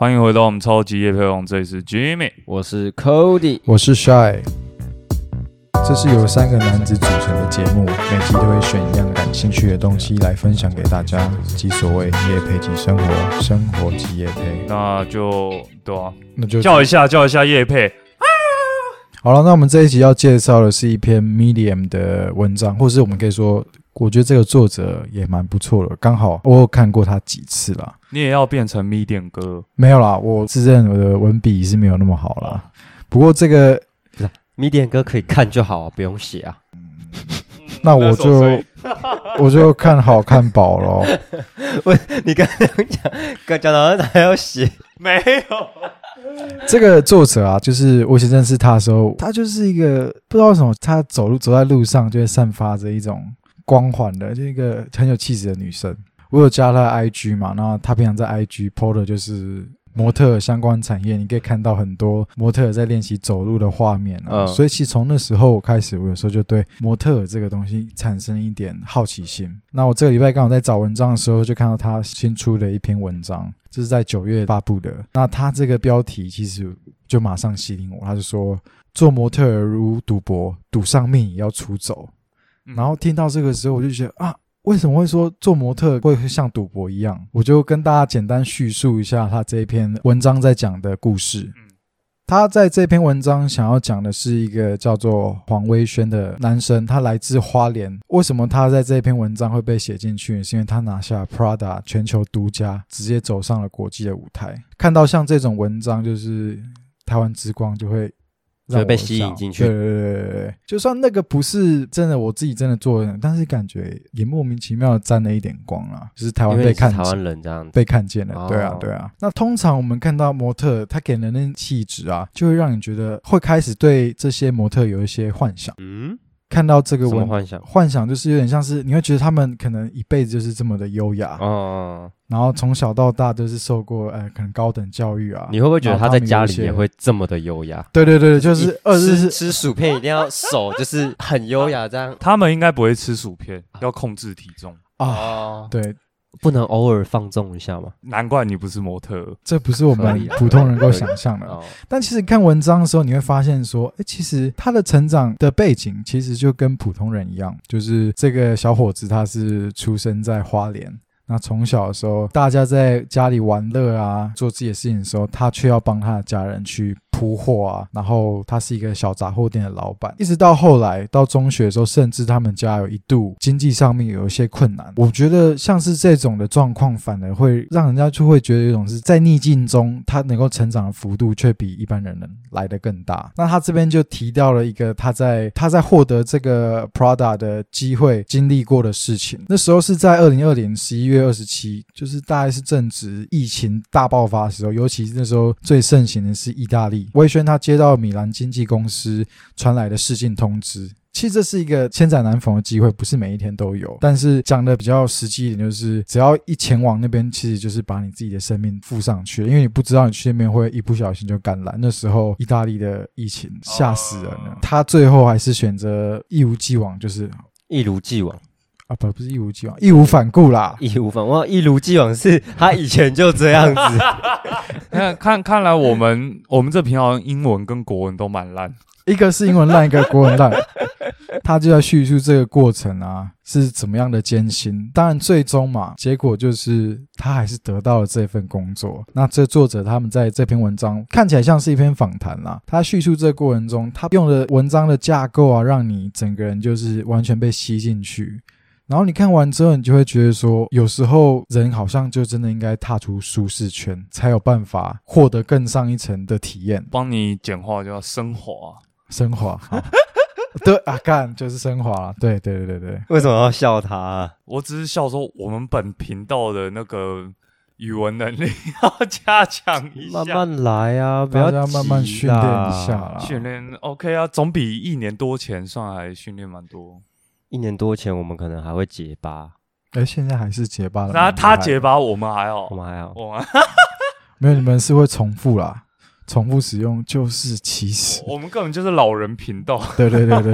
欢迎回到我们超级业配王，这里是 Jimmy， 我是 Cody， 我是 Shy。这是由3个男子组成的节目，每集都会选一样感兴趣的东西来分享给大家，即所谓业配即生活，生活即业配。 那就对啊， 那就叫一下业配。 好了，那我们这一集要介绍的是一篇 Medium 的文章，或是我们可以说，我觉得这个作者也蛮不错的，刚好我有看过他几次啦。 你也要变成 Medium 哥？ 没有啦，我自认我的文笔是没有那么好啦。不过这个不是 Medium 哥可以看就好啊，不用写啊。 那我就看好看饱咯。 你刚刚讲到还要写， 没有。 这个作者啊，就是我以前认识他的时候，他就是一个不知道为什么，他走在路上就会散发着一种光环的，就一个很有气质的女生。我有加她的 IG 嘛，然后她平常在 IG po 的就是模特相关产业，你可以看到很多模特在练习走路的画面啊。所以其实从那时候开始，我有时候就对模特这个东西产生一点好奇心。那我这个礼拜刚好在找文章的时候，就看到他新出的一篇文章，这是在9月发布的。那他这个标题其实就马上吸引我，他就说做模特如赌博，赌上命也要出走。然后听到这个时候，我就觉得啊，为什么会说做模特会像赌博一样？我就跟大家简单叙述一下他这一篇文章在讲的故事。他在这篇文章想要讲的是一个叫做黄威轩的男生，他来自花莲。为什么他在这篇文章会被写进去？是因为他拿下 Prada 全球独家，直接走上了国际的舞台。看到像这种文章，就是台湾之光就会被吸引进去。 对，就算那个不是真的我自己真的做的，但是感觉也莫名其妙的沾了一点光啊，就是台湾被看见， 台湾人这样子被看见了。对啊。那通常我们看到模特，他给人的气质啊，就会让你觉得会开始对这些模特有一些幻想。看到这个什么幻想就是有点像是你会觉得他们可能一辈子就是这么的优雅，然后从小到大都是受过可能高等教育啊。 你会不会觉得他在家里也会这么的优雅？ 对，就是吃薯片一定要手就是很优雅这样。 他们应该不会吃薯片，要控制体重啊。对。 不能偶尔放纵一下吗？ 难怪你不是模特， 这不是我们普通人能够想象的。但其实看文章的时候，你会发现说，其实他的成长的背景其实就跟普通人一样，就是这个小伙子他是出生在花莲。那从小的时候，大家在家里玩乐啊，做自己的事情的时候，他却要帮他的家人去铺货啊，然后他是一个小杂货店的老板，一直到后来到中学的时候，甚至他们家有一度经济上面有一些困难。我觉得像是这种的状况，反而会让人家就会觉得有一种是在逆境中，他能够成长的幅度却比一般人来得更大。那他这边就提到了一个他在获得这个 Prada 的机会经历过的事情。那时候是在2020 11月27，就是大概是正值疫情大爆发的时候，尤其是那时候最盛行的是意大利。威轩他接到米兰经纪公司传来的试镜通知，其实这是一个千载难逢的机会，不是每一天都有。但是讲的比较实际一点，就是只要一前往那边，其实就是把你自己的生命付上去了，因为你不知道你去那边会一不小心就感染。那时候意大利的疫情吓死人了，他最后还是选择一如既往，就是一如既往。 不是一如既往，义无反顾啦。 义无反顾，一如既往是他以前就这样子。 看来我们这频道英文跟国文都蛮烂， 一个是英文烂，一个国文烂。他就在叙述这个过程啊是怎么样的艰辛。当然最终嘛，结果就是他还是得到了这份工作。那这作者他们在这篇文章看起来像是一篇访谈啦，他叙述这个过程中，他用的文章的架构啊，让你整个人就是完全被吸进去。然后你看完之后，你就会觉得说，有时候人好像就真的应该踏出舒适圈，才有办法获得更上一层的体验。 帮你简化叫升华， 好对啊，干就是升华了。对。 为什么要笑他啊？ 我只是笑说，我们本频道的那个语文能力要加强一下， 慢慢来啊，不要慢慢训练一下啦。 训练 OK 啊，总比1年多前算还训练蛮多。 1年多前我们可能还会结巴， 现在还是结巴了。 那他结巴，我们还好， 没有，你们是会重复啦，重复使用就是其实我们根本就是老人频道。 对。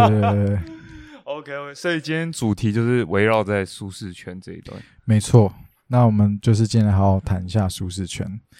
OK， 所以今天主题就是围绕在舒适圈这一段。 没错，那我们就是今天来好好谈一下舒适圈。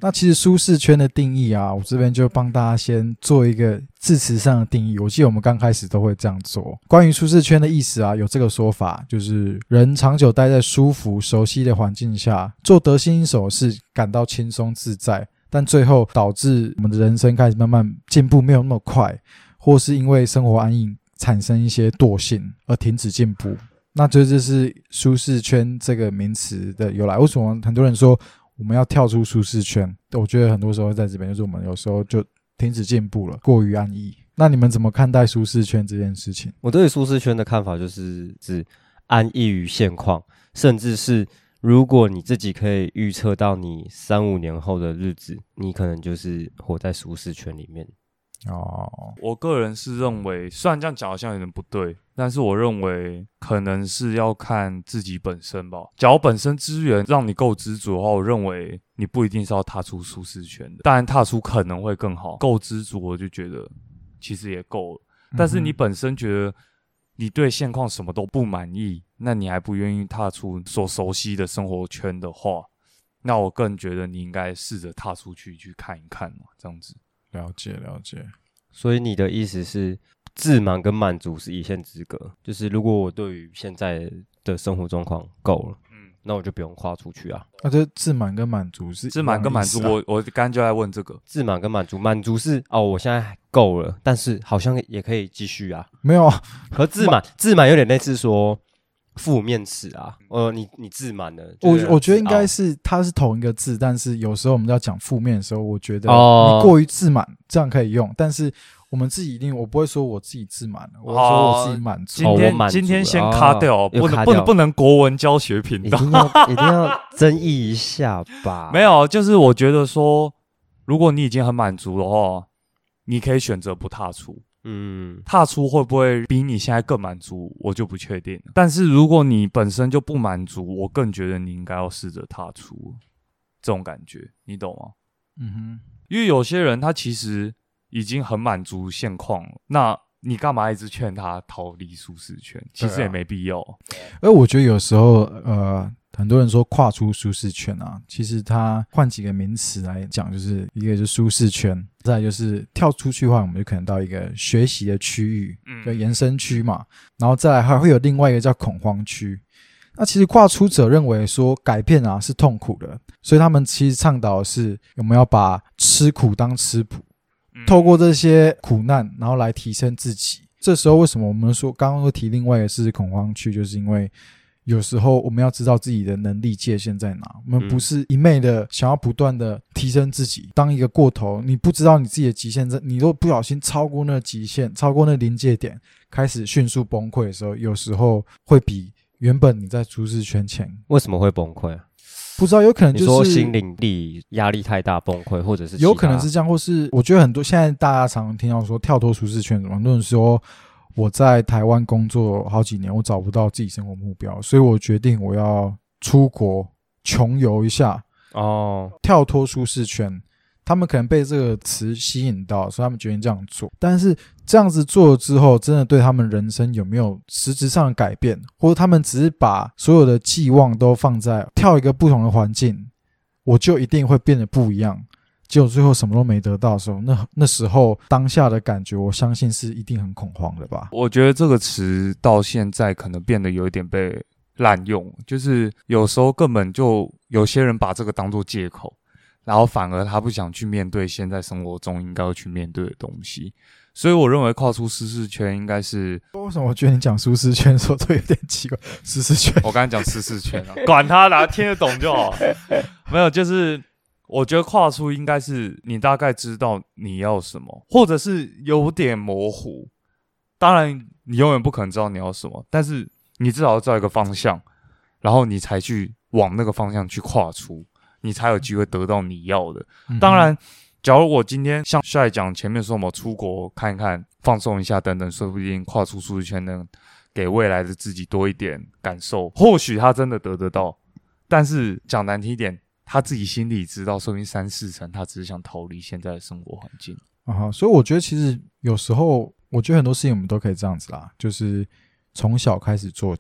那其实舒适圈的定义啊，我这边就帮大家先做一个字词上的定义。我记得我们刚开始都会这样做。关于舒适圈的意思啊，有这个说法，就是人长久待在舒服、熟悉的环境下，做得心应手的事，感到轻松自在，但最后导致我们的人生开始慢慢进步没有那么快，或是因为生活安逸产生一些惰性而停止进步。那这就是舒适圈这个名词的由来。为什么很多人说我们要跳出舒适圈？我觉得很多时候在这边就是我们有时候就停止进步了，过于安逸。那你们怎么看待舒适圈这件事情？ 我对舒适圈的看法就是指安逸于现况，甚至是如果你自己可以预测到你3-5年后的日子，你可能就是活在舒适圈里面。 我个人是认为，虽然这样讲好像有点不对，但是我认为可能是要看自己本身吧。假如本身资源让你够知足的话，我认为你不一定是要踏出舒适圈的，当然踏出可能会更好。够知足我就觉得其实也够了，但是你本身觉得你对现况什么都不满意，那你还不愿意踏出所熟悉的生活圈的话，那我更觉得你应该试着踏出去看一看嘛，这样子。 了解。 所以你的意思是自满跟满足是一线之隔，就是如果我对于现在的生活状况够了，那我就不用跨出去啊。 这自满跟满足是自满跟满足，我刚刚就在问这个。 自满跟满足，满足是我现在够了，但是好像也可以继续啊。 没有， 和自满有点类似说负面词啊。你自满了， 我觉得应该是它是同一个字，但是有时候我们要讲负面的时候，我觉得你过于自满这样可以用，但是我们自己我不会说我自己自满了，我说我自己满足。 今天先卡掉，不能国文教学频道， 一定要争议一下吧。 没有，就是我觉得说，如果你已经很满足的话，你可以选择不踏出。踏出会不会比你现在更满足，我就不确定了。但是如果你本身就不满足，我更觉得你应该要试着踏出，这种感觉，你懂吗？因为有些人他其实已经很满足现况了，那你干嘛一直劝他逃离舒适圈？其实也没必要。 而我觉得有时候很多人说跨出舒适圈啊，其实他换几个名词来讲，就是一个就是舒适圈，再来就是跳出去的话，我们就可能到一个学习的区域，延伸区嘛，然后再来还会有另外一个叫恐慌区。那其实跨出者认为说改变啊是痛苦的，所以他们其实倡导的是我们要把吃苦当吃补，透过这些苦难然后来提升自己。这时候为什么我们说刚刚会提另外一个是恐慌区，就是因为有时候我们要知道自己的能力界限在哪，我们不是一昧的想要不断的提升自己，当一个过头，你不知道你自己的极限，你都不小心超过那个极限，超过那个临界点，开始迅速崩溃的时候，有时候会比原本你在舒适圈前。 为什么会崩溃啊？ 不知道，有可能就是你说心灵力压力太大崩溃，或者是有可能是这样，或是我觉得很多现在大家常常听到说跳脱舒适圈，很多人说我在台湾工作好几年，我找不到自己生活目标，所以我决定我要出国穷游一下，跳脱舒适圈。他们可能被这个词吸引到，所以他们决定这样做。但是这样子做了之后，真的对他们人生有没有实质上的改变，或者他们只是把所有的寄望都放在跳一个不同的环境，我就一定会变得不一样，结果最后什么都没得到的时候，那时候当下的感觉，我相信是一定很恐慌的吧。 我觉得这个词到现在可能变得有一点被滥用，就是有时候根本就有些人把这个当作借口，然后反而他不想去面对现在生活中应该要去面对的东西。所以我认为跨出舒适圈应该是， 为什么我觉得你讲舒适圈的时候都有点奇怪？舒适圈， 我刚才讲舒适圈啊，管他啦，听得懂就好。没有，就是我觉得跨出应该是你大概知道你要什么，或者是有点模糊。当然你永远不可能知道你要什么，但是你至少要知道一个方向，然后你才去往那个方向去跨出，你才有机会得到你要的。当然假如我今天像帅讲前面说我们出国看一看放松一下等等，说不定跨出舒适圈能给未来的自己多一点感受，或许他真的得得到，但是讲难听一点，他自己心里知道说不定3-4成他只是想逃离现在的生活环境。 所以我觉得其实有时候我觉得很多事情我们都可以这样子啦，就是从小开始做起。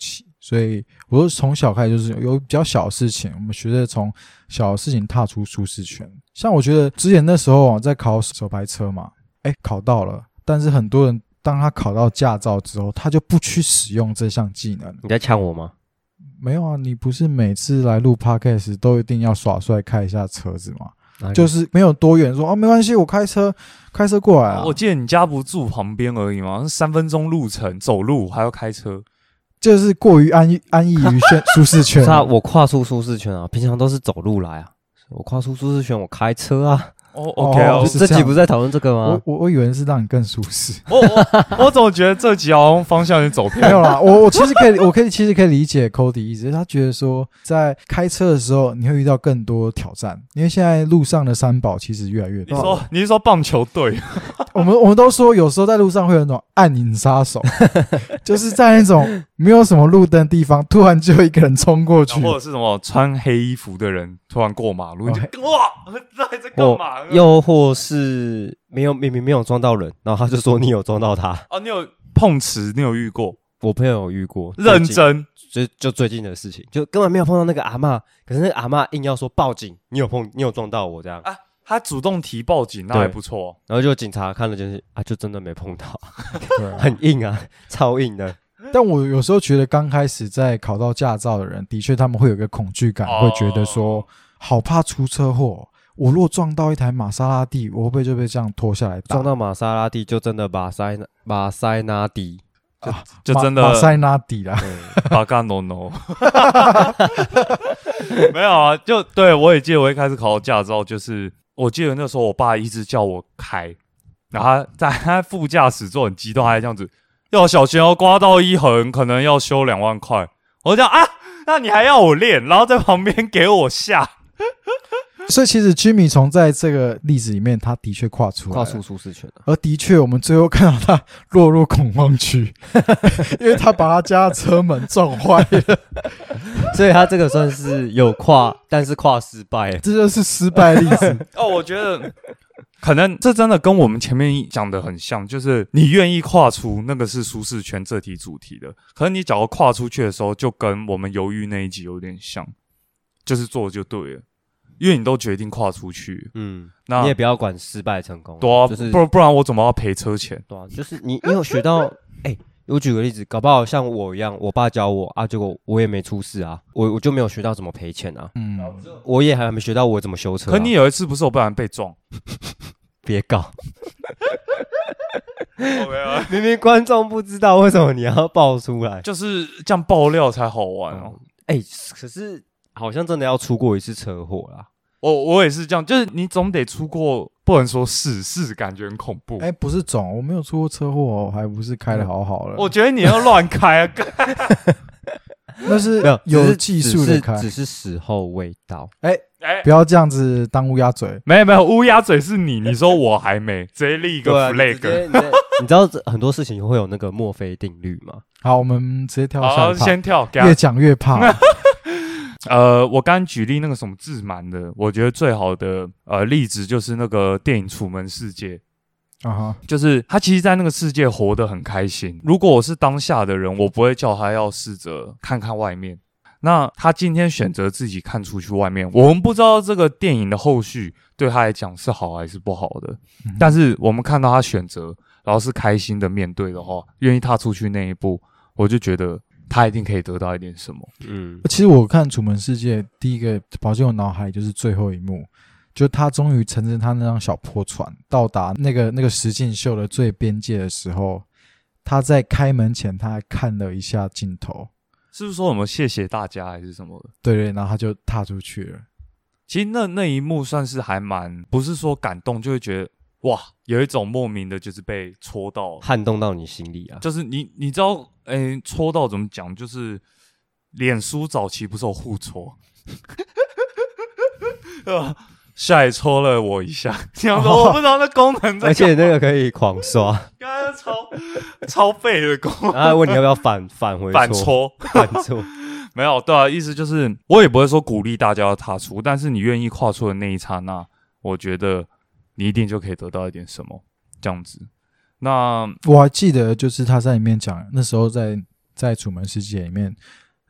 所以我说从小开始就是有比较小的事情，我们学着从小的事情踏出舒适圈。像我觉得之前那时候在考手排车嘛，考到了，但是很多人当他考到驾照之后，他就不去使用这项技能。 你在呛我吗？ 没有啊，你不是每次来录 podcast 都一定要耍帅开一下车子吗？就是没有多远说没关系，我开车过来啊。 我记得你家不住旁边而已嘛，3分钟路程，走路还要开车， 就是过于安逸于舒适圈。 是啊，我跨出舒适圈啊，平常都是走路来啊，我跨出舒适圈，我开车啊。 OK 哦， 这集不是在讨论这个吗？ 我以为是让你更舒适。 我怎么觉得这集好像方向有点走偏？ 没有啦，我其实可以理解 Cody 意思，他觉得说在开车的时候你会遇到更多挑战，因为现在路上的三宝其实越来越多。 你是说棒球队？ 我们都说有时候在路上会有那种暗影杀手，就是在那种没有什么路灯的地方，突然就一个人冲过去， 或者是什么穿黑衣服的人突然过马路，你就哇，在干嘛？ 又或是明明没有撞到人，然后他就说你有撞到他。 你有碰瓷？你有遇过？ 我朋友有遇过， 认真就最近的事情，就根本没有碰到那个阿嬷，可是那个阿嬷硬要说报警，你有撞到我这样啊。他主动提报警，那还不错。 然后就警察看了件事啊，就真的没碰到，很硬啊，超硬的。 但我有时候觉得刚开始在考到驾照的人，的确他们会有一个恐惧感，会觉得说好怕出车祸。我若撞到一台玛莎拉蒂，我会不会就被这样拖下来打？ 撞到玛莎拉蒂就真的马塞纳蒂， 就真的马塞纳蒂啦， 巴嘎 no， 没有啊，就对我也记得我一开始考驾照，就是我记得那时候我爸一直叫我开，然后他副驾驶座很激动，还这样子要小心哦，刮到一横可能要修2万块。我就讲啊，那你还要我练，然后在旁边给我吓。 所以其实 Jimmy 从在这个例子里面，他的确跨出舒适圈了， 而的确我们最后看到他落入恐慌区，因为他把他家的车门撞坏了， 所以他这个算是有跨，但是跨失败， 这就是失败例子。 我觉得可能这真的跟我们前面讲的很像，就是你愿意跨出，那个是舒适圈这题主题的。可是你假如跨出去的时候，就跟我们犹豫那一集有点像，就是做就对了。因为你都决定跨出去，那你也不要管失败成功， 对啊， 就是不然我怎么要赔车钱？ 对啊，就是你有学到，我举个例子，搞不好像我一样，我爸教我啊，结果我也没出事啊，我就没有学到怎么赔钱啊，我也还没学到我怎么修车。 可你有一次不是我不然被撞， 别搞，明明观众不知道为什么你要爆出来， 就是这样爆料才好玩哦。 可是好像真的要出过一次车祸啦。 我也是这样，就是你总得出过，不能说是感觉很恐怖。 不是总，我没有出过车祸哦，还不是开得好好的。 我觉得你要乱开啊， 那是有技术的开， 只是时候未到。 不要这样子当乌鸦嘴。 没有，乌鸦嘴是你，你说我还没，直接立一个 flag。 你知道很多事情会有那个墨菲定律吗？ 好，我们直接跳下一趴。 好，先跳， 越讲越怕。 我刚举例那个什么自满的，我觉得最好的例子就是那个电影《楚门世界》就是他其实在那个世界活得很开心。如果我是当下的人，我不会叫他要试着看看外面。那他今天选择自己看出去外面，我们不知道这个电影的后续对他来讲是好还是不好的，但是我们看到他选择，然后是开心的面对的话，愿意踏出去那一步，我就觉得他一定可以得到一点什么。 其实我看《楚门世界》第一个跑进我脑海就是最后一幕，就他终于乘着他那张小破船到达那个实境秀的最边界的时候，他在开门前他还看了一下镜头， 是不是说我们谢谢大家还是什么的？ 对，然后他就踏出去了。 其实那一幕算是还蛮，不是说感动，就会觉得哇，有一种莫名的就是被戳到， 撼动到你心里啊。 就是你知道，戳到怎么讲？就是脸书早期不是有互戳，下也戳了我一下，这样说我不知道那功能在， 而且那个可以狂刷， 刚刚超废的功能。 然后问你要不要反回反戳，没有，对啊，意思就是我也不会说鼓励大家要踏出，但是你愿意跨出的那一刹那，我觉得你一定就可以得到一点什么，这样子。那我还记得，就是他在里面讲，那时候在楚门世界里面，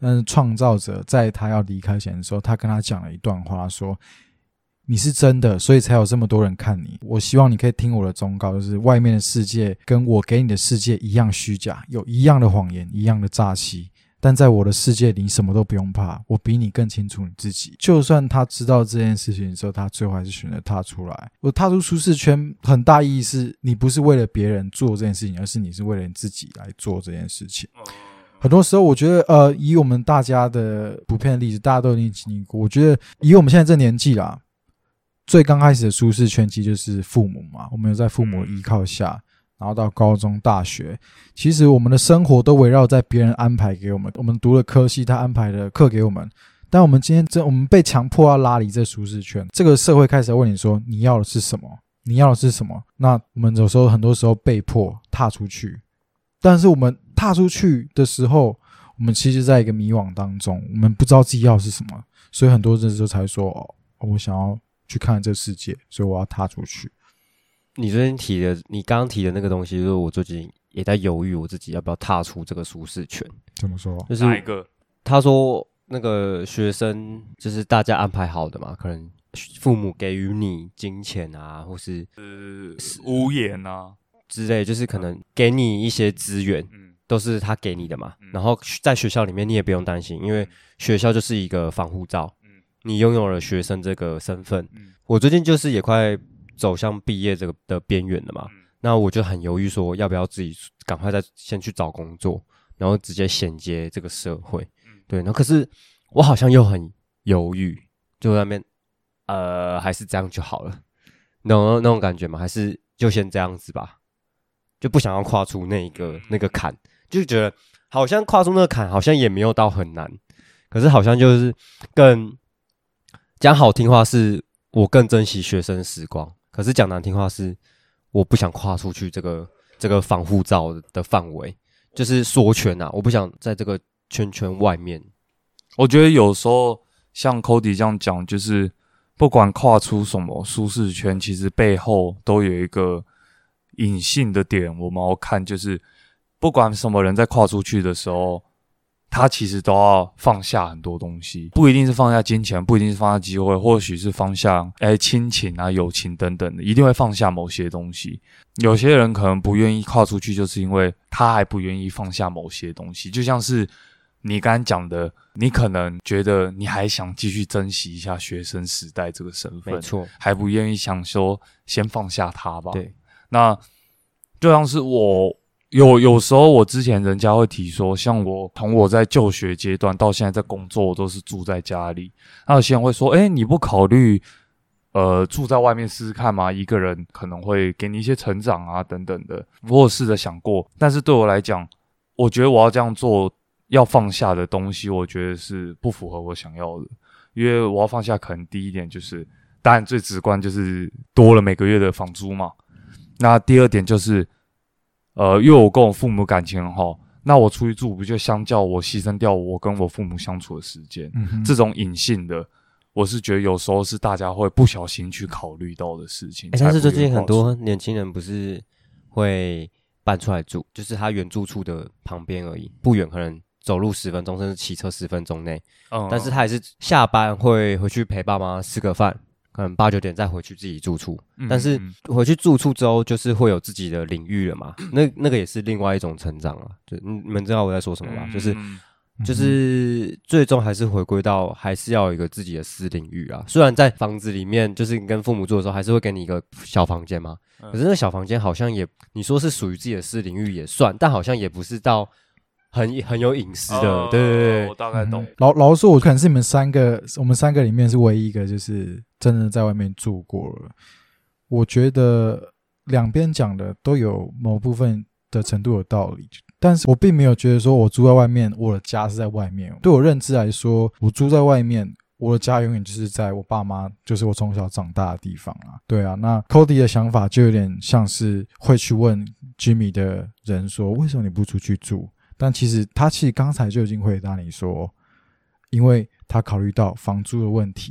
但是创造者在他要离开前的时候，他跟他讲了一段话，说你是真的，所以才有这么多人看你。我希望你可以听我的忠告，就是外面的世界跟我给你的世界一样虚假，有一样的谎言，一样的诈欺。但在我的世界里，你什么都不用怕，我比你更清楚你自己。就算他知道这件事情的时候，他最后还是选择踏出来。我踏出舒适圈很大意义是你不是为了别人做这件事情，而是你是为了你自己来做这件事情。很多时候我觉得以我们大家的普遍的例子，大家都已经经历过。我觉得以我们现在这年纪啦，最刚开始的舒适圈其实就是父母嘛，我们有在父母的依靠下，然后到高中大学，其实我们的生活都围绕在别人安排给我们，我们读了科系他安排的课给我们，但我们今天我们被强迫要拉离这舒适圈，这个社会开始问你说你要的是什么，你要的是什么。那我们有时候很多时候被迫踏出去，但是我们踏出去的时候，我们其实在一个迷惘当中，我们不知道自己要的是什么，所以很多人就才说我想要去看这个世界，所以我要踏出去。 你刚刚提的那个东西，就是我最近也在犹豫我自己要不要踏出这个舒适圈。 怎么说？ 就是哪一个？ 他说那个学生就是大家安排好的嘛，可能父母给予你金钱啊，或是屋檐啊之类，就是可能给你一些资源，都是他给你的嘛。然后在学校里面你也不用担心，因为学校就是一个防护罩，你拥有了学生这个身份。我最近就是也快走向毕业这个的边缘了嘛，那我就很犹豫说要不要自己赶快再先去找工作，然后直接衔接这个社会。对，然后可是我好像又很犹豫，就在那边还是这样就好了，那种感觉嘛，还是就先这样子吧，就不想要跨出那个坎，就觉得好像跨出那个坎好像也没有到很难，可是好像就是更讲好听话是我更珍惜学生时光，可是讲难听话是我不想跨出去这个防护罩的范围，就是缩圈啊，我不想在这个圈外面。 我觉得有时候像 Cody 这样讲，就是不管跨出什么舒适圈，其实背后都有一个隐性的点，我们要看，就是不管什么人在跨出去的时候，他其实都要放下很多东西，不一定是放下金钱，不一定是放下机会，或许是放下亲情啊、友情等等的，一定会放下某些东西。有些人可能不愿意跨出去，就是因为他还不愿意放下某些东西，就像是你刚才讲的，你可能觉得你还想继续珍惜一下学生时代这个身份， 没错， 还不愿意想说先放下它吧。 对， 那就像是我有时候我之前人家会提说，像我从我在就学阶段到现在在工作，我都是住在家里。那有些人会说，你不考虑住在外面试试看吗？一个人可能会给你一些成长啊等等的。我有试着想过，但是对我来讲，我觉得我要这样做要放下的东西，我觉得是不符合我想要的。因为我要放下，可能第一点就是，当然最直观就是多了每个月的房租嘛。那第二点就是，因为我跟我父母感情很好，那我出去住不就相较我牺牲掉我跟我父母相处的时间，这种隐性的，我是觉得有时候是大家会不小心去考虑到的事情。 但是最近很多年轻人不是会搬出来住，就是他原住处的旁边而已，不远，可能走路10分钟，甚至骑车10分钟内。但是他还是下班会回去陪爸妈吃个饭，可能8、9点再回去自己住处。但是回去住处之后，就是会有自己的领域了嘛。那个也是另外一种成长啊。就你们知道我在说什么吧？就是最终还是回归到还是要有一个自己的私领域啊。虽然在房子里面，就是你跟父母住的时候，还是会给你一个小房间嘛。可是那小房间好像也，你说是属于自己的私领域也算，但好像也不是到很有隐私的。对， 我大概懂。 老实说，我可能是我们三个里面是唯一一个就是真的在外面住过了。我觉得两边讲的都有某部分的程度有道理，但是我并没有觉得说我住在外面，我的家是在外面。对我认知来说，我住在外面，我的家永远就是在我爸妈，就是我从小长大的地方啊。对啊，那 Cody 的想法就有点像是会去问 Jimmy 的人说，为什么你不出去住？但其实他刚才就已经回答你说，因为他考虑到房租的问题，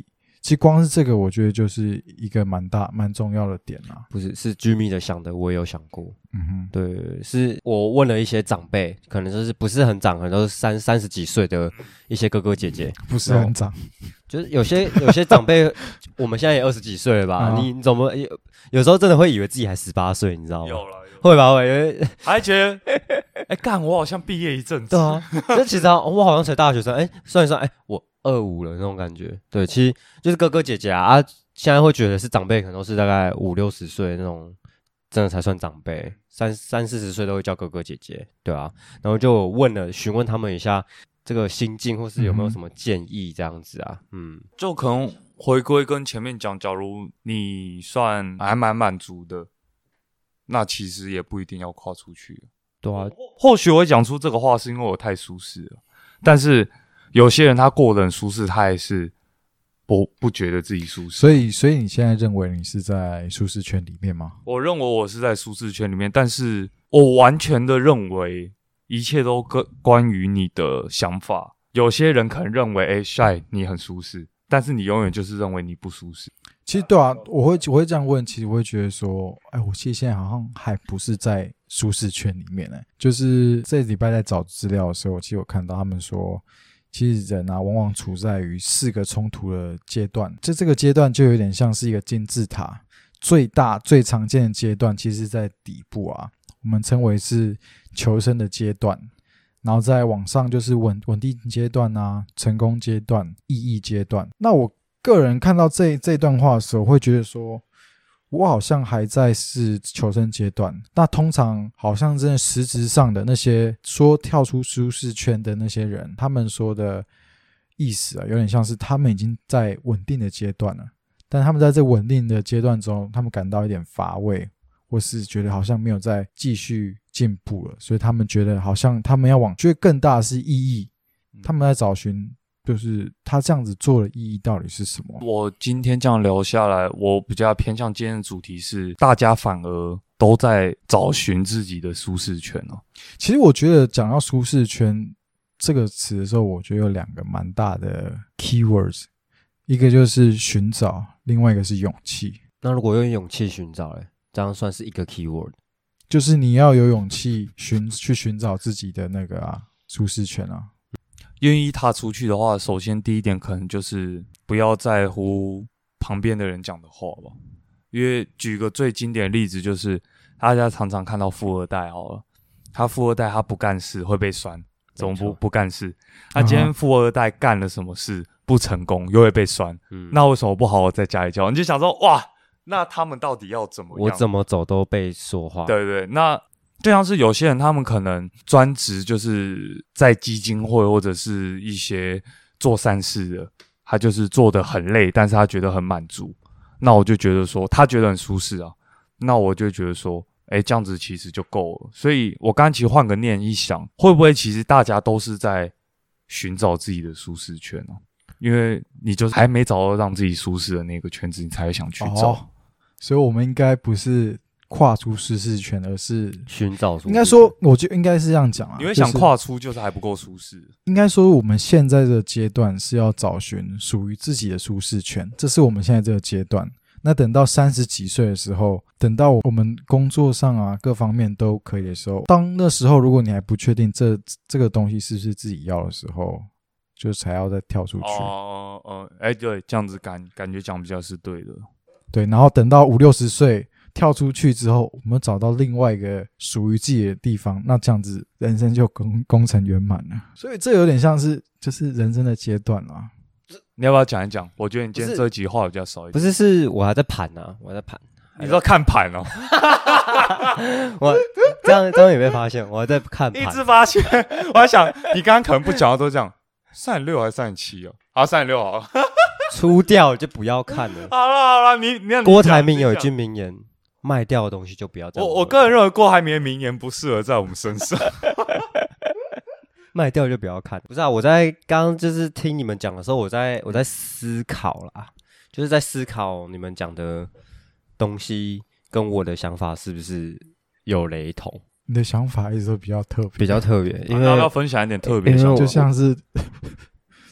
其实光是这个，我觉得就是一个蛮重要的点啊。 不是，是 Jimmy 的想的，我也有想过。对，是我问了一些长辈，可能就是不是很长，可能都是三十几岁的一些哥哥姐姐， 不是很长， 就是有些长辈，我们现在也20几岁了吧？你怎么有时候真的会以为自己还18岁，你知道吗？ 有了， 会吧？会， 还觉得干我好像毕业一阵子。 对啊，就其实我好像才大学生，算一算，我25了那种感觉。对，其实就是哥哥姐姐啊，现在会觉得是长辈，可能都是大概50-60岁那种，真的才算长辈，30-40岁都会叫哥哥姐姐，对啊。然后就询问他们一下这个心境，或是有没有什么建议这样子啊？ 就可能回归跟前面讲，假如你算还蛮满足的，那其实也不一定要跨出去。 对啊， 或许我会讲出这个话是因为我太舒适了，但是有些人他过得很舒适，他还是不觉得自己舒适。 所以你现在认为你是在舒适圈里面吗？ 我认为我是在舒适圈里面，但是我完全的认为一切都关于你的想法。有些人可能认为Shy 你很舒适，但是你永远就是认为你不舒适。 其实对啊，我会这样问，其实我会觉得说，我其实现在好像还不是在舒适圈里面就是这礼拜在找资料的时候，其实我看到他们说，其实人啊往往处在于4个冲突的阶段，这个阶段就有点像是一个金字塔，最大最常见的阶段其实在底部啊，我们称为是求生的阶段，然后再往上就是稳定阶段啊，成功阶段，意义阶段。那我个人看到这段话的时候，会觉得说，我好像还在是求生阶段。那通常好像真的实质上的那些说跳出舒适圈的那些人，他们说的意思啊，有点像是他们已经在稳定的阶段了，但他们在这稳定的阶段中，他们感到一点乏味，或是觉得好像没有再继续进步了，所以他们觉得好像他们要往，觉得更大的是意义，他们在找寻。就是他这样子做的意义到底是什么？ 我今天这样聊下来，我比较偏向今天的主题是，大家反而都在找寻自己的舒适圈哦。 其实我觉得讲到舒适圈这个词的时候，我觉得有2个蛮大的 keywords， 一个就是寻找，另外一个是勇气。 那如果用勇气寻找这样算是一个 keyword， 就是你要有勇气去寻找自己的那个舒适圈啊。 愿意踏出去的话，首先第一点可能就是不要在乎旁边的人讲的话吧。因为举个最经典的例子，就是大家常常看到富二代好了，他富二代他不干事会被酸，怎么不干事？他今天富二代干了什么事不成功又会被酸，那为什么不好好在家里教？你就想说，哇，那他们到底要怎么样？ 我怎么走都被说话。 对对，那就像是有些人他们可能专职就是在基金会或者是一些做善事的，他就是做得很累，但是他觉得很满足。那我就觉得说他觉得很舒适啊，那我就觉得说这样子其实就够了。所以我刚刚其实换个念一想，会不会其实大家都是在寻找自己的舒适圈啊？因为你就是还没找到让自己舒适的那个圈子，你才会想去找。 所以我们应该不是跨出舒适圈，而是寻找舒适圈。 应该说，我觉得应该是这样讲啊。 你会想跨出，就是还不够舒适。 应该说，我们现在这个阶段是要找寻属于自己的舒适圈，这是我们现在这个阶段。那等到30几岁的时候，等到我们工作上啊各方面都可以的时候，当那时候如果你还不确定这个东西是不是自己要的时候，就才要再跳出去。 对，这样子感觉讲比较是对的。 对，然后等到50-60岁跳出去之后，我们找到另外一个属于自己的地方，那这样子人生就功成圆满了。所以这有点像是就是人生的阶段啊。 你要不要讲一讲？我觉得你今天这集话比较少一点。 不是我还在盘啊，我还在盘。 你说看盘哦？ 我这样也被发现，我还在看盘。 一直发现，我还想你刚刚可能不讲话都这样，36还是37哦？好，36好了。 出掉就不要看了。 好了，你郭台铭有一句名言：卖掉的东西就不要再。 我个人认为郭台铭的名言不适合在我们身上。 卖掉就不要看。不是啊，我在刚刚就是听你们讲的时候，我在思考啦，就是在思考你们讲的东西跟我的想法是不是有雷同。 你的想法一直都比较特别， 因为要分享一点特别想法， 就像是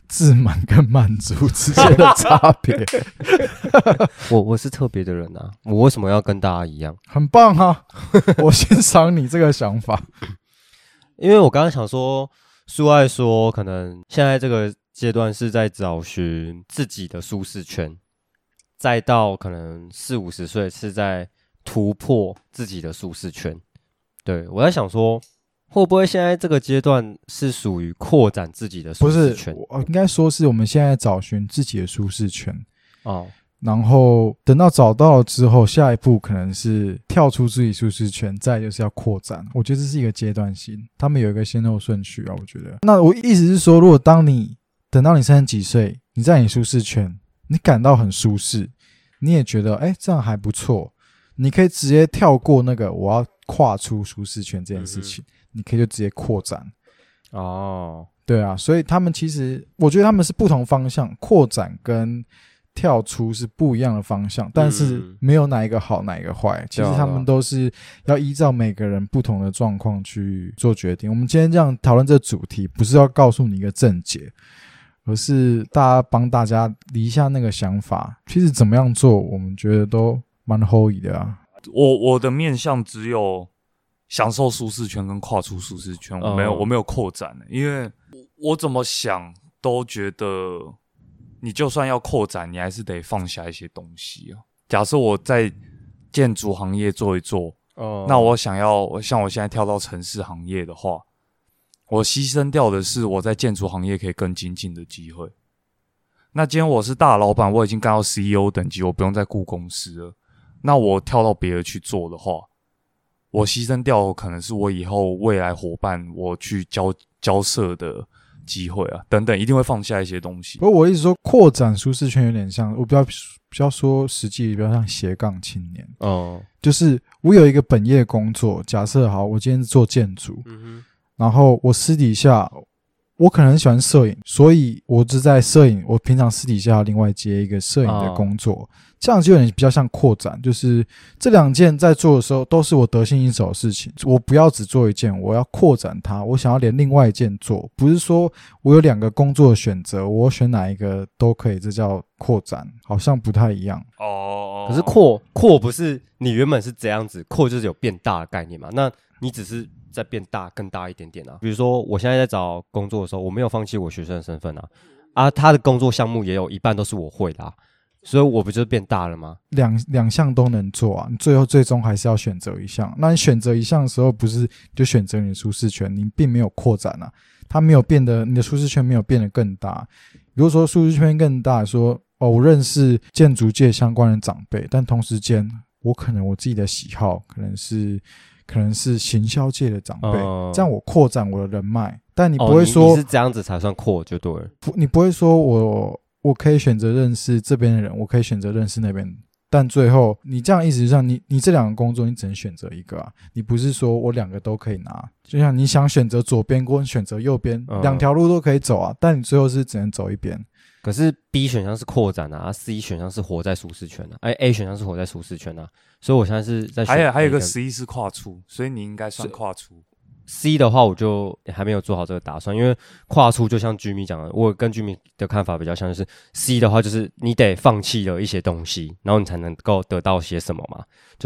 自满跟满足之间的差别。 我是特别的人啊，我为什么要跟大家一样？ 很棒啊，我欣赏你这个想法。 因为我刚刚想说，苏爱说，可能现在这个阶段是在找寻自己的舒适圈，再到可能40-50岁是在突破自己的舒适圈。对，我在想说，会不会现在这个阶段是属于扩展自己的舒适圈？ 不是，应该说是我们现在找寻自己的舒适圈哦。 然后等到找到了之后，下一步可能是跳出自己舒适圈，再就是要扩展。我觉得这是一个阶段性，他们有一个先后顺序啊。我觉得，那我意思是说，如果等到你30几岁，你在你舒适圈，你感到很舒适，你也觉得这样还不错，你可以直接跳过那个我要跨出舒适圈这件事情，你可以就直接扩展。 哦， 对啊，所以他们其实，我觉得他们是不同方向，扩展跟跳出是不一样的方向，但是没有哪一个好哪一个坏，其实他们都是要依照每个人不同的状况去做决定。我们今天这样讨论这个主题，不是要告诉你一个正解，而是帮大家理一下那个想法。其实怎么样做，我们觉得都蛮合理的啊。 我的面向只有享受舒适圈跟跨出舒适圈，我没有扩展，因为我怎么想都觉得。你就算要扩展，你还是得放下一些东西啊。假设我在建筑行业做一做，那我想要像我现在跳到城市行业的话，我牺牲掉的是我在建筑行业可以更精进的机会。那今天我是大老板，我已经干到 CEO 等级，我不用再顾公司了。那我跳到别的去做的话，我牺牲掉可能是我以后未来伙伴我去交涉的机会啊，等等，一定会放下一些东西。 不过我一直说扩展舒适圈有点像，我比较说实际，比较像斜杠青年。就是我有一个本业工作，假设好，我今天是做建筑，然后我私底下我可能很喜欢摄影，所以我只在摄影，我平常私底下另外接一个摄影的工作。这样就有点比较像扩展，就是这2件在做的时候都是我得心应手的事情，我不要只做一件，我要扩展它，我想要连另外一件做，不是说我有2个工作的选择，我选哪一个都可以，这叫扩展，好像不太一样。 可是扩不是你原本是这样子，扩就是有变大的概念嘛，那你只是再变大更大一点点啊。比如说我现在在找工作的时候，我没有放弃我学生的身份啊，他的工作项目也有一半都是我会的所以我不就变大了吗？ 两项都能做啊，你最终还是要选择一项。那你选择一项的时候，不是就选择你的舒适圈，你并没有扩展啊，它没有变得，你的舒适圈没有变得更大。如果说舒适圈更大，说我认识建筑界相关的长辈，但同时间我可能我自己的喜好可能是行销界的长辈，这样我扩展我的人脉，但你不会说你是这样子才算扩就对了， 你不会说我可以选择认识这边的人，我可以选择认识那边，但最后你这样意思上，你这2个工作你只能选择一个啊，你不是说我2个都可以拿，就像你想选择左边跟选择右边，2条路都可以走啊，但你最后是只能走一边。 可是 B 选项是扩展C 选项是活在舒适圈A 选项是活在舒适圈所以我现在是在选还有一个 C 是跨出，所以你应该算跨出。 C 的话我就还没有做好这个打算，因为跨出就像Jimmy讲的，我跟Jimmy的看法比较像，就是 C 的话就是你得放弃了一些东西，然后你才能够得到些什么嘛，就是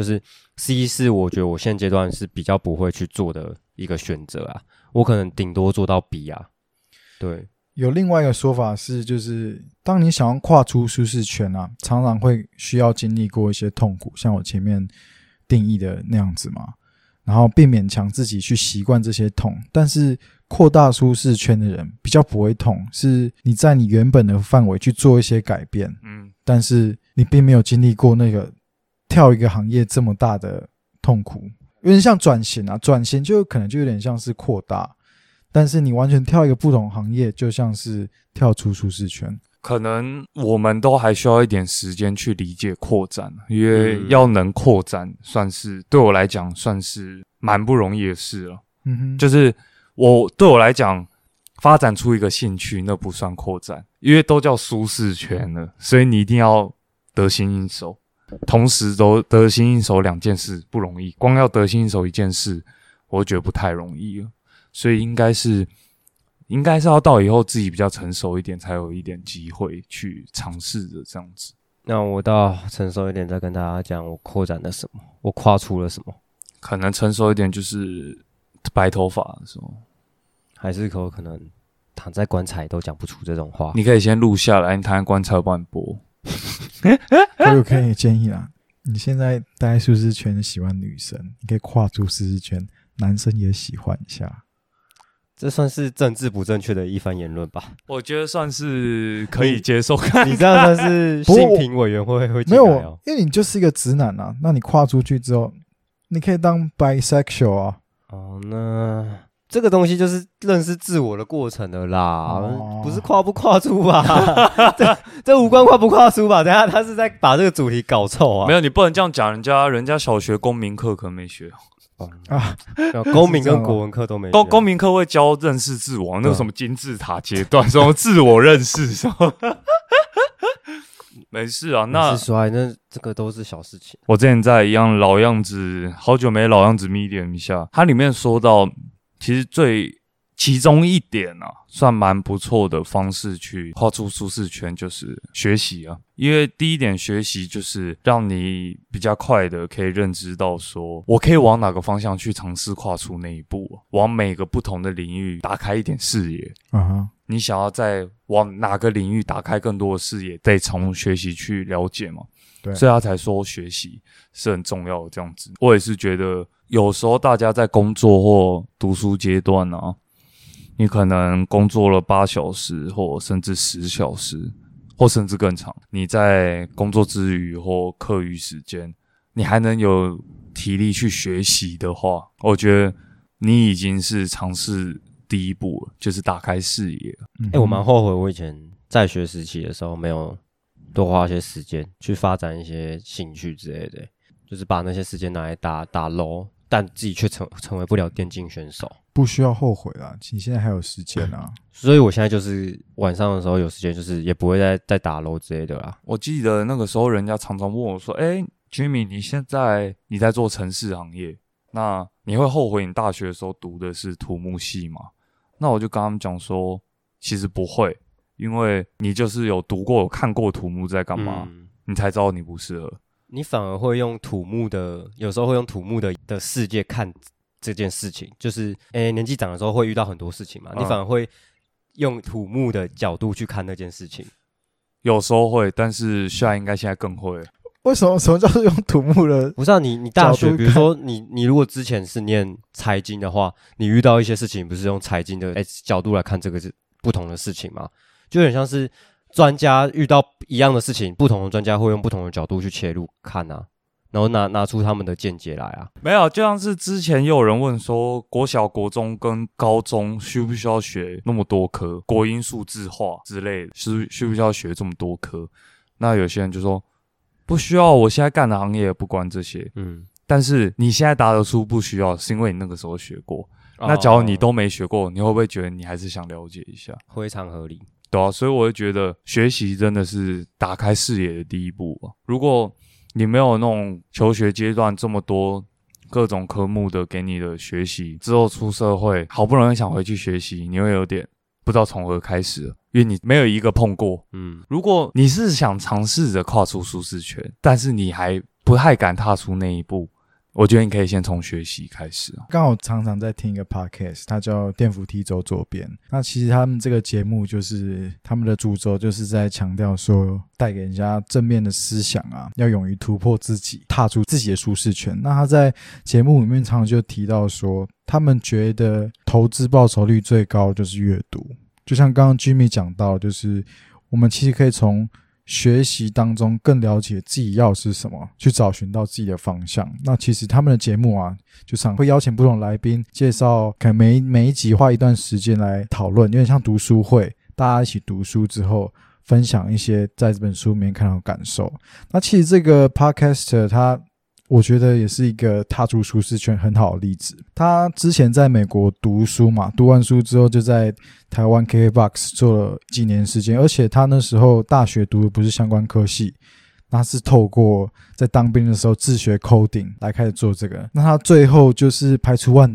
C 是我觉得我现阶段是比较不会去做的一个选择我可能顶多做到 B 对。 有另外一个说法是，就是当你想要跨出舒适圈常常会需要经历过一些痛苦，像我前面定义的那样子嘛，然后并勉强自己去习惯这些痛。但是扩大舒适圈的人比较不会痛，是你在你原本的范围去做一些改变，但是你并没有经历过那个跳一个行业这么大的痛苦，有点像转型转型就可能就有点像是扩大，但是你完全跳一个不同行业，就像是跳出舒适圈。 可能我们都还需要一点时间去理解扩展，因为要能扩展，算是对我来讲算是蛮不容易的事了。就是对我来讲，发展出一个兴趣，那不算扩展，因为都叫舒适圈了，所以你一定要得心应手。同时都得心应手2件事不容易，光要得心应手1件事，我觉得不太容易了。所以应该是应该是要到以后自己比较成熟一点，才有一点机会去尝试的这样子。 那我到成熟一点再跟大家讲我扩展了什么，我跨出了什么。 可能成熟一点就是白头发的时候， 还是可能躺在棺材都讲不出这种话。 你可以先录下来，你躺在棺材我帮你播。 我可以建议啦，你现在待在舒适圈喜欢女生，你可以跨出舒适圈，男生也喜欢一下。 这算是政治不正确的一番言论吧？ 我觉得算是可以接受。 你这样算是性评委员会会进来没有，因为你就是一个直男啊。那你跨出去之后，你可以当 bisexual 啊。 哦，那这个东西就是认识自我的过程了啦，不是跨不跨出吧？这无关跨不跨出吧？等一下他是在把这个主题搞臭啊！ 没有，你不能这样讲，人家小学公民课可能没学。 公民跟国文课都没学。 公民课会教认识自我，那个什么金字塔阶段，什么自我认识什么。没事啊，那是说那这个都是小事情。 我之前在一样老样子，好久没老样子 medium 一下，它里面说到，其实其中一点啊，算蛮不错的方式去跨出舒适圈，就是学习啊。因为第一点学习就是让你比较快的可以认知到说，我可以往哪个方向去尝试跨出那一步，往每个不同的领域打开一点视野。你想要再往哪个领域打开更多的视野，得从学习去了解嘛。对，所以他才说学习是很重要的这样子。我也是觉得有时候大家在工作或读书阶段啊，你可能工作了8小时或甚至10小时或甚至更长，你在工作之余或课余时间你还能有体力去学习的话，我觉得你已经是尝试第一步了，就是打开视野了。 我蛮后悔我以前在学时期的时候没有多花一些时间去发展一些兴趣之类的，就是把那些时间拿来打 LOL， 但自己却成为不了电竞选手。 不需要后悔啦，你现在还有时间啊。 所以我现在就是晚上的时候有时间，就是也不会再打 LOL 之类的啦。 我记得那个时候人家常常问我说Jimmy 你在做程式行业，那你会后悔你大学的时候读的是土木系吗？那我就跟他们讲说其实不会，因为你就是有读过有看过土木在干嘛，你才知道你不适合。 你反而会用土木的，有时候会用土木的世界看这件事情，就是年纪长的时候会遇到很多事情嘛，你反而会用土木的角度去看那件事情。 有时候会，但是现在更会。 为什么叫做用土木的？ 不是啊，你大学，比如说你如果之前是念财经的话，你遇到一些事情，不是用财经的角度来看这个是不同的事情吗？就有点像是专家遇到一样的事情，不同的专家会用不同的角度去切入看啊，然后拿出他们的见解来啊。 没有，就像是之前也有人问说，国小、国中跟高中需不需要学那么多科，国英数字化之类的，需不需要学这么多科？那有些人就说不需要，我现在干的行业也不关这些。但是你现在答得出不需要，是因为你那个时候学过。那假如你都没学过，你会不会觉得你还是想了解一下？ 非常合理。 对啊，所以我会觉得学习真的是打开视野的第一步啊。如果你没有那种求学阶段这么多各种科目的给你的学习，之后出社会好不容易想回去学习，你会有点不知道从何开始了，因为你没有一个碰过。如果你是想尝试着跨出舒适圈，但是你还不太敢踏出那一步，我觉得你可以先从学习开始啊。 刚好常常在听一个 podcast， 它叫电扶梯走左边。那其实他们这个节目就是他们的主轴就是在强调说，带给人家正面的思想啊，要勇于突破自己，踏出自己的舒适圈。那他在节目里面常常就提到说，他们觉得投资报酬率最高就是阅读。就像刚刚 Jimmy 讲到，就是我们其实可以从学习当中更了解自己要是什么，去找寻到自己的方向。那其实他们的节目啊，就常会邀请不同来宾介绍，可能每一集花一段时间来讨论，有点像读书会，大家一起读书之后分享一些在这本书里面看到的感受。那其实这个 podcaster 他我觉得也是一个踏出舒适圈很好的例子。他之前在美国读书嘛，读完书之后就在台湾 KKBOX 做了几年时间，而且他那时候大学读的不是相关科系，那是透过在当兵的时候自学 coding 来开始做这个。那他最后就是排除万难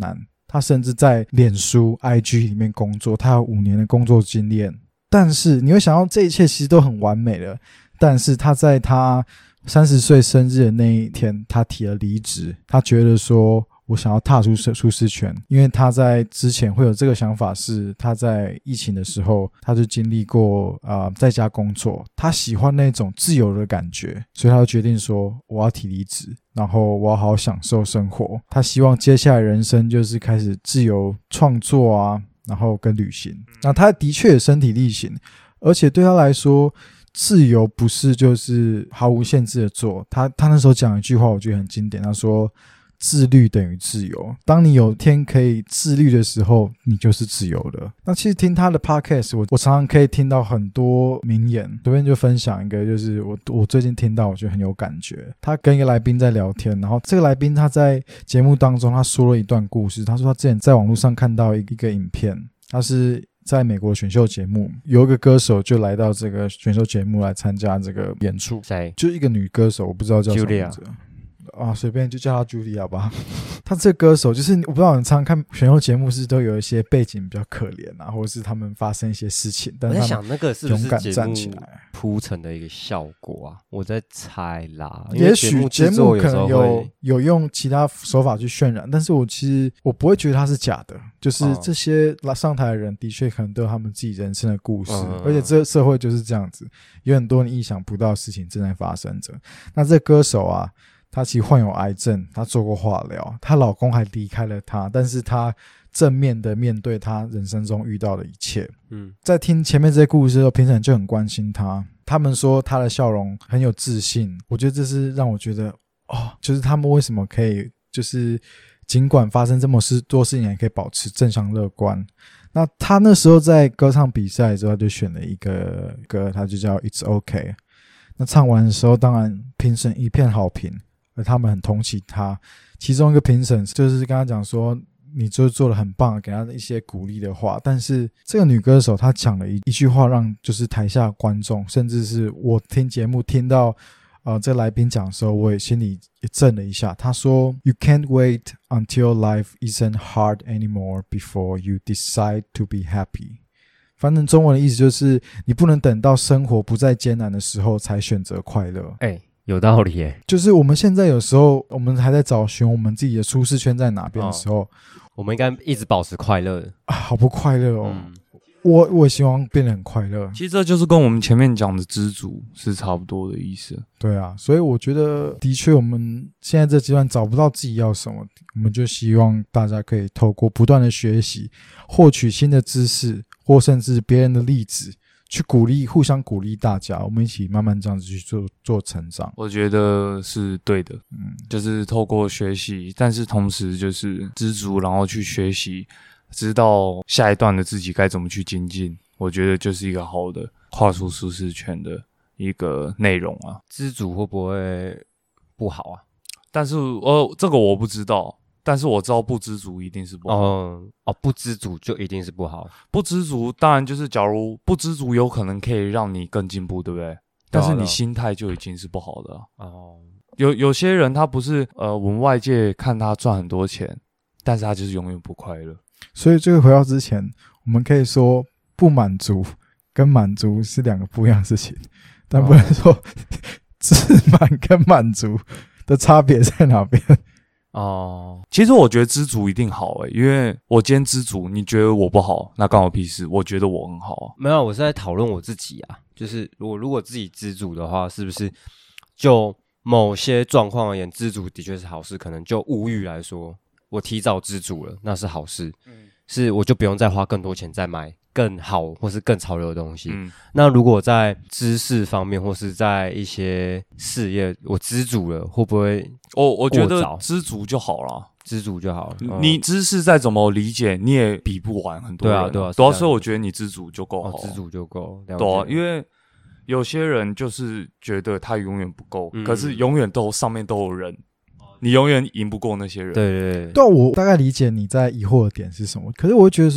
他甚至在脸书 IG 里面工作，他有5年的工作经验。但是你会想到这一切其实都很完美了，但是他在他30岁生日的那一天，他提了离职。他觉得说我想要踏出舒适圈，因为他在之前会有这个想法，是他在疫情的时候他就经历过在家工作，他喜欢那种自由的感觉，所以他就决定说我要提离职，然后我要好好享受生活。他希望接下来人生就是开始自由创作啊，然后跟旅行。那他的确也身体力行，而且对他来说自由不是就是毫无限制的做。他那时候讲一句话我觉得很经典，他说自律等于自由，当你有天可以自律的时候，你就是自由的。那其实听他的 podcast 我常常可以听到很多名言，这边就分享一个，就是我最近听到我觉得很有感觉。他跟一个来宾在聊天，然后这个来宾他在节目当中他说了一段故事。他说他之前在网络上看到一个影片，他是在美国选秀节目，有一个歌手就来到这个选秀节目来参加这个演出， 谁？ 就一个女歌手，我不知道叫什么名字随便就叫她 Julia 吧。她这个歌手就是我不知道你常常看选秀节目是都有一些背景比较可怜啊，或者是他们发生一些事情，但是我在想那个是不是勇敢站起来铺陈的一个效果啊？我在猜啦， 也许节目可能有用其他手法去渲染，但是其实我不会觉得它是假的，就是这些上台的人的确可能都有他们自己人生的故事，而且这个社会就是这样子，有很多你意想不到的事情正在发生着。那这个歌手啊，她其实患有癌症，她做过化疗，她老公还离开了她，但是她正面的面对她人生中遇到的一切。在听前面这些故事的时候，评审就很关心她，他们说她的笑容很有自信。我觉得这是让我觉得就是他们为什么可以就是尽管发生这么多事情还可以保持正向乐观。那她那时候在歌唱比赛之后就选了一个歌，它就叫 It's OK。 那唱完的时候当然评审一片好评，而他们很同情他。其中一个评审就是跟他讲说你就做得很棒，给他一些鼓励的话。但是这个女歌手她讲了一句话，让就是台下观众甚至是我听节目听到这个来宾讲的时候，我也心里也震了一下。她说 You can't wait until life isn't hard anymore before you decide to be happy。反正中文的意思就是你不能等到生活不再艰难的时候才选择快乐。 有道理耶。 就是我们现在有时候我们还在找寻我们自己的舒适圈在哪边的时候， 我们应该一直保持快乐的好不快乐哦。我也希望变得很快乐。 其实这就是跟我们前面讲的知足是差不多的意思。 对啊，所以我觉得的确我们现在这阶段找不到自己要什么，我们就希望大家可以透过不断的学习，获取新的知识，或甚至别人的例子，去互相鼓励大家，我们一起慢慢这样子去做成长。 我觉得是对的，就是透过学习，但是同时就是知足，然后去学习，知道下一段的自己该怎么去精进。我觉得就是一个好的跨出舒适圈的一个内容啊。 知足会不会不好啊？ 但是这个我不知道。但是我知道不知足一定是不好。 不知足就一定是不好。 不知足当然就是假如不知足有可能可以让你更进步，对不对？但是你心态就已经是不好的有些人他不是我们外界看他赚很多钱，但是他就是永远不快乐。 所以这个回到之前，我们可以说不满足跟满足是两个不一样的事情，但不能说自满跟满足的差别在哪边。 其实我觉得知足一定好因为我今天知足，你觉得我不好，那关我屁事，我觉得我很好啊。 没有，我是在讨论我自己啊，就是如果自己知足的话，是不是就某些状况而言，知足的确是好事。可能就物欲来说，我提早知足了，那是好事，是我就不用再花更多钱再买更好或是更潮流的东西。那如果在知识方面或是在一些事业我知足了，会不会我觉得知足就好了。 知足就好了。 你知识再怎么理解，你也比不完很多人。对啊，所以我觉得你知足就够好。 知足就够。对啊，因为有些人就是觉得他永远不够，可是永远上面都有人，你永远赢不过那些人。 对， 我大概理解你在疑惑的点是什么，可是我会觉得说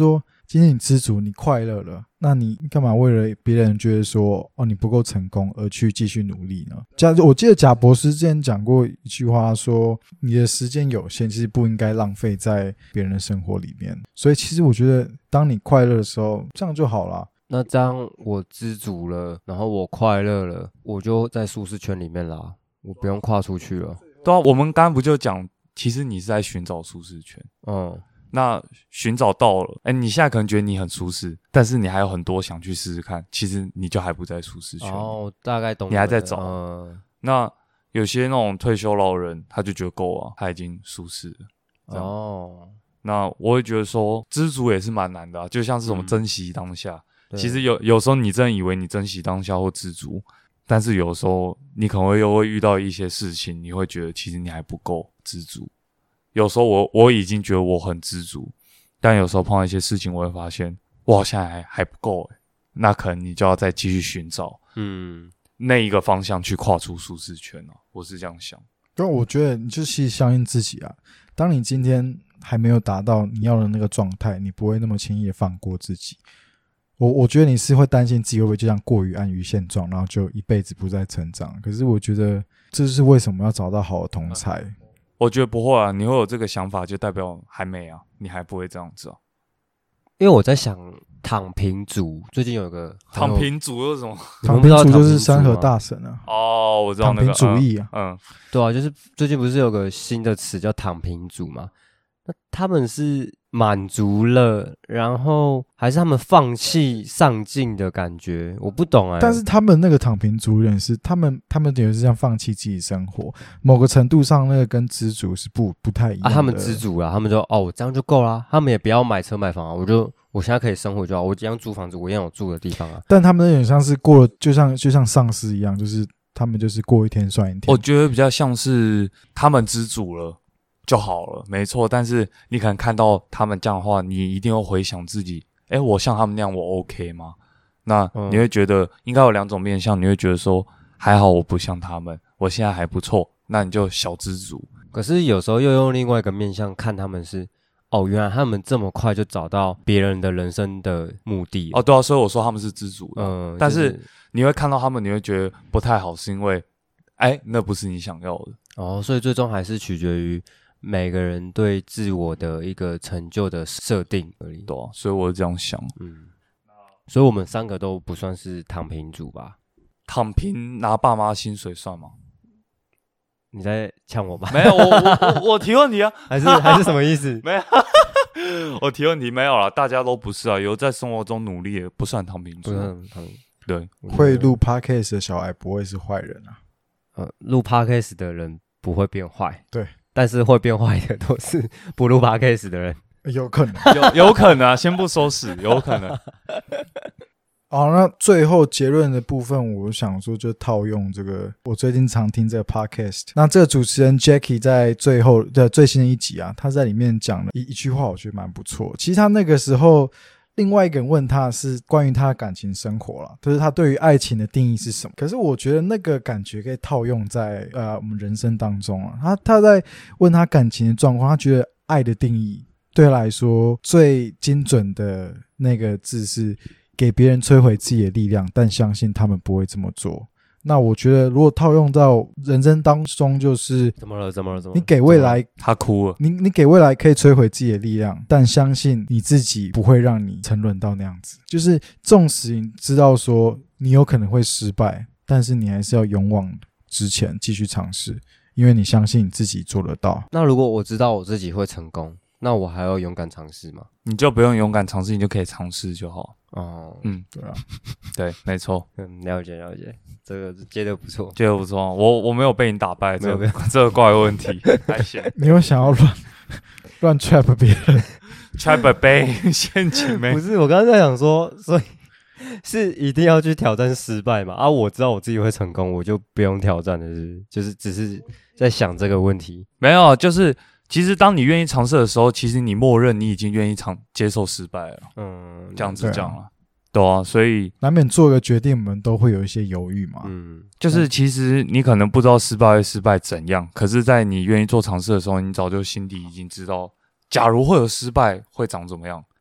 今天你知足，你快乐了，那你干嘛为了别人觉得说你不够成功而去继续努力呢？我记得贾博士之前讲过一句话说，你的时间有限，其实不应该浪费在别人的生活里面。所以其实我觉得当你快乐的时候，这样就好了。 那这样我知足了，然后我快乐了，我就在舒适圈里面啦，我不用跨出去了。 对啊，我们刚刚不就讲，其实你是在寻找舒适圈。那寻找到了，你现在可能觉得你很舒适，但是你还有很多想去试试看，其实你就还不在舒适圈。 大概懂。 你还在找。那有些那种退休老人，他就觉得够了，他已经舒适了。那我会觉得说，知足也是蛮难的啊，就像是什么珍惜当下。其实有时候你真的以为你珍惜当下或知足，但是有时候你可能又会遇到一些事情，你会觉得其实你还不够知足。有时候我已经觉得我很知足，但有时候碰到一些事情，我会发现我好像还不够那可能你就要再继续寻找那一个方向去跨出舒适圈我是这样想。 但我觉得你就是相信自己啊，当你今天还没有达到你要的那个状态，你不会那么轻易的放过自己。我觉得你是会担心自己会不会就这样过于安于现状，然后就一辈子不再成长。可是我觉得这是为什么要找到好的同才。 我觉得不会啊，你会有这个想法就代表还没啊，你还不会这样子啊。 因为我在想躺平族，最近有个躺平族又是什么？ 躺平族就是山河大神啊。 我知道那个躺平主义啊。 对啊，就是最近不是有个新的词叫躺平族吗？那他们是满足了，然后还是他们放弃上进的感觉？我不懂但是他们那个躺平族人是他们等于是这样放弃自己生活，某个程度上那个跟知足是不太一样的。 他们知足啦，他们就我这样就够啦，他们也不要买车买房啊，我现在可以生活就好，我一样租房子，我一样有住的地方啊。 但他们有点像是过了，就像丧尸一样，就是他们就是过一天算一天。 我觉得比较像是他们知足了就好了，没错。但是你可能看到他们这样的话，你一定会回想自己，我像他们那样，我 OK 吗？那你会觉得应该有两种面向，你会觉得说还好我不像他们，我现在还不错，那你就小知足。 可是有时候又用另外一个面向看他们是，原来他们这么快就找到别人的人生的目的了。 对啊，所以我说他们是知足的。但是你会看到他们，你会觉得不太好，是因为那不是你想要的。 所以最终还是取决于每个人对自我的一个成就的设定而已。 对啊，所以我是这样想。 所以我们三个都不算是躺平族吧？ 躺平拿爸妈薪水算吗？ 你在呛我吗？ 没有，我提问题啊， 还是什么意思？ 没有，我提问题没有啦，大家都不是啊，有在生活中努力也不算躺平族。对， 会录 podcast 的小孩不会是坏人啊。 录 podcast 的人不会变坏， 对， 但是会变坏的都是不录 podcast 的人。 有可能， 有可能啊，先不说死，有可能。 那最后结论的部分，我想说就套用这个，我最近常听这个 podcast。那这个主持人 Jackie 在最后的最新的一集啊，他在里面讲了一句话，我觉得蛮不错。其实他那个时候，另外一个人问他是关于他的感情生活啦，就是他对于爱情的定义是什么。可是我觉得那个感觉可以套用在我们人生当中啊。他在问他感情的状况，他觉得爱的定义对他来说最精准的那个字是给别人摧毁自己的力量，但相信他们不会这么做。那我觉得如果套用到人生当中，就是怎么了？ 你给未来， 他哭了。 你给未来可以摧毁自己的力量，但相信你自己不会让你沉沦到那样子。就是纵使你知道说你有可能会失败，但是你还是要勇往直前，继续尝试，因为你相信你自己做得到。 那如果我知道我自己会成功，那我还要勇敢尝试吗？ 你就不用勇敢尝试，你就可以尝试就好。 对啊， 对，没错。 了解，这个接得不错， 我没有被你打败，这个怪问题还行。 你有想要乱 trap 别人 ？trap 杯陷阱没？ 不是，我刚刚在想说，所以是一定要去挑战失败嘛？我知道我自己会成功，我就不用挑战的是，就是只是在想这个问题。 没有，就是其实当你愿意尝试的时候，其实你默认你已经愿意接受失败了。这样子讲了。对啊，所以难免做一个决定，我们都会有一些犹豫嘛。 就是其实你可能不知道失败会失败怎样，可是在你愿意做尝试的时候，你早就心底已经知道，假如会有失败会长怎么样，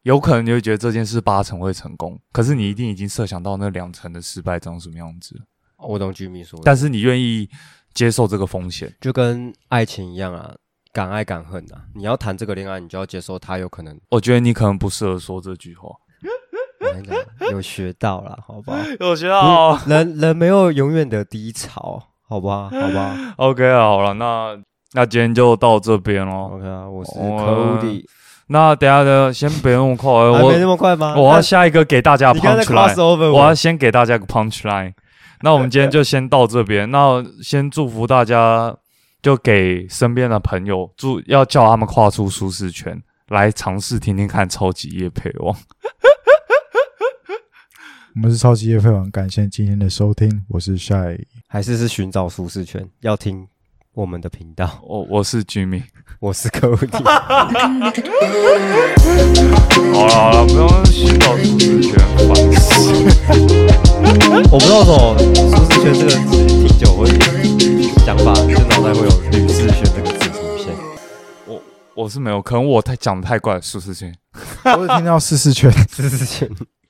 有可能你会觉得这件事8成会成功，可是你一定已经设想到那2成的失败长什么样子。 我懂居民说的， 但是你愿意接受这个风险， 就跟爱情一样啊，敢爱敢恨啊。你要谈这个恋爱，你就要接受他有可能。 我觉得你可能不适合说这句话。 我跟你讲，有学到啦，好不好？ 有学到， 人没有永远的低潮，好不好？好不好 ？OK， 好了，那今天就到这边咯。 OK 啊，我是 Cody。 那等一下呢，先别那么快， 还没那么快吗？ 我要下一个给大家 punch line， 我要先给大家个 punch line。那我们今天就先到这边，那先祝福大家，就给身边的朋友，要叫他们跨出舒适圈，来尝试听听看超级业配王。 我们是超级业配王，感谢今天的收听，我是 Shy， 还是寻找舒适圈，要听我们的频道。 我是 Jimmy， 我是 Cody。 好了，不用寻找舒适圈，烦死。 我不知道为什么舒适圈这个词听久会想法，就脑袋会有吕世轩这个字出现。 我是没有，可能我讲得太怪了，舒适圈。 我有听到舒适圈， 舒适圈。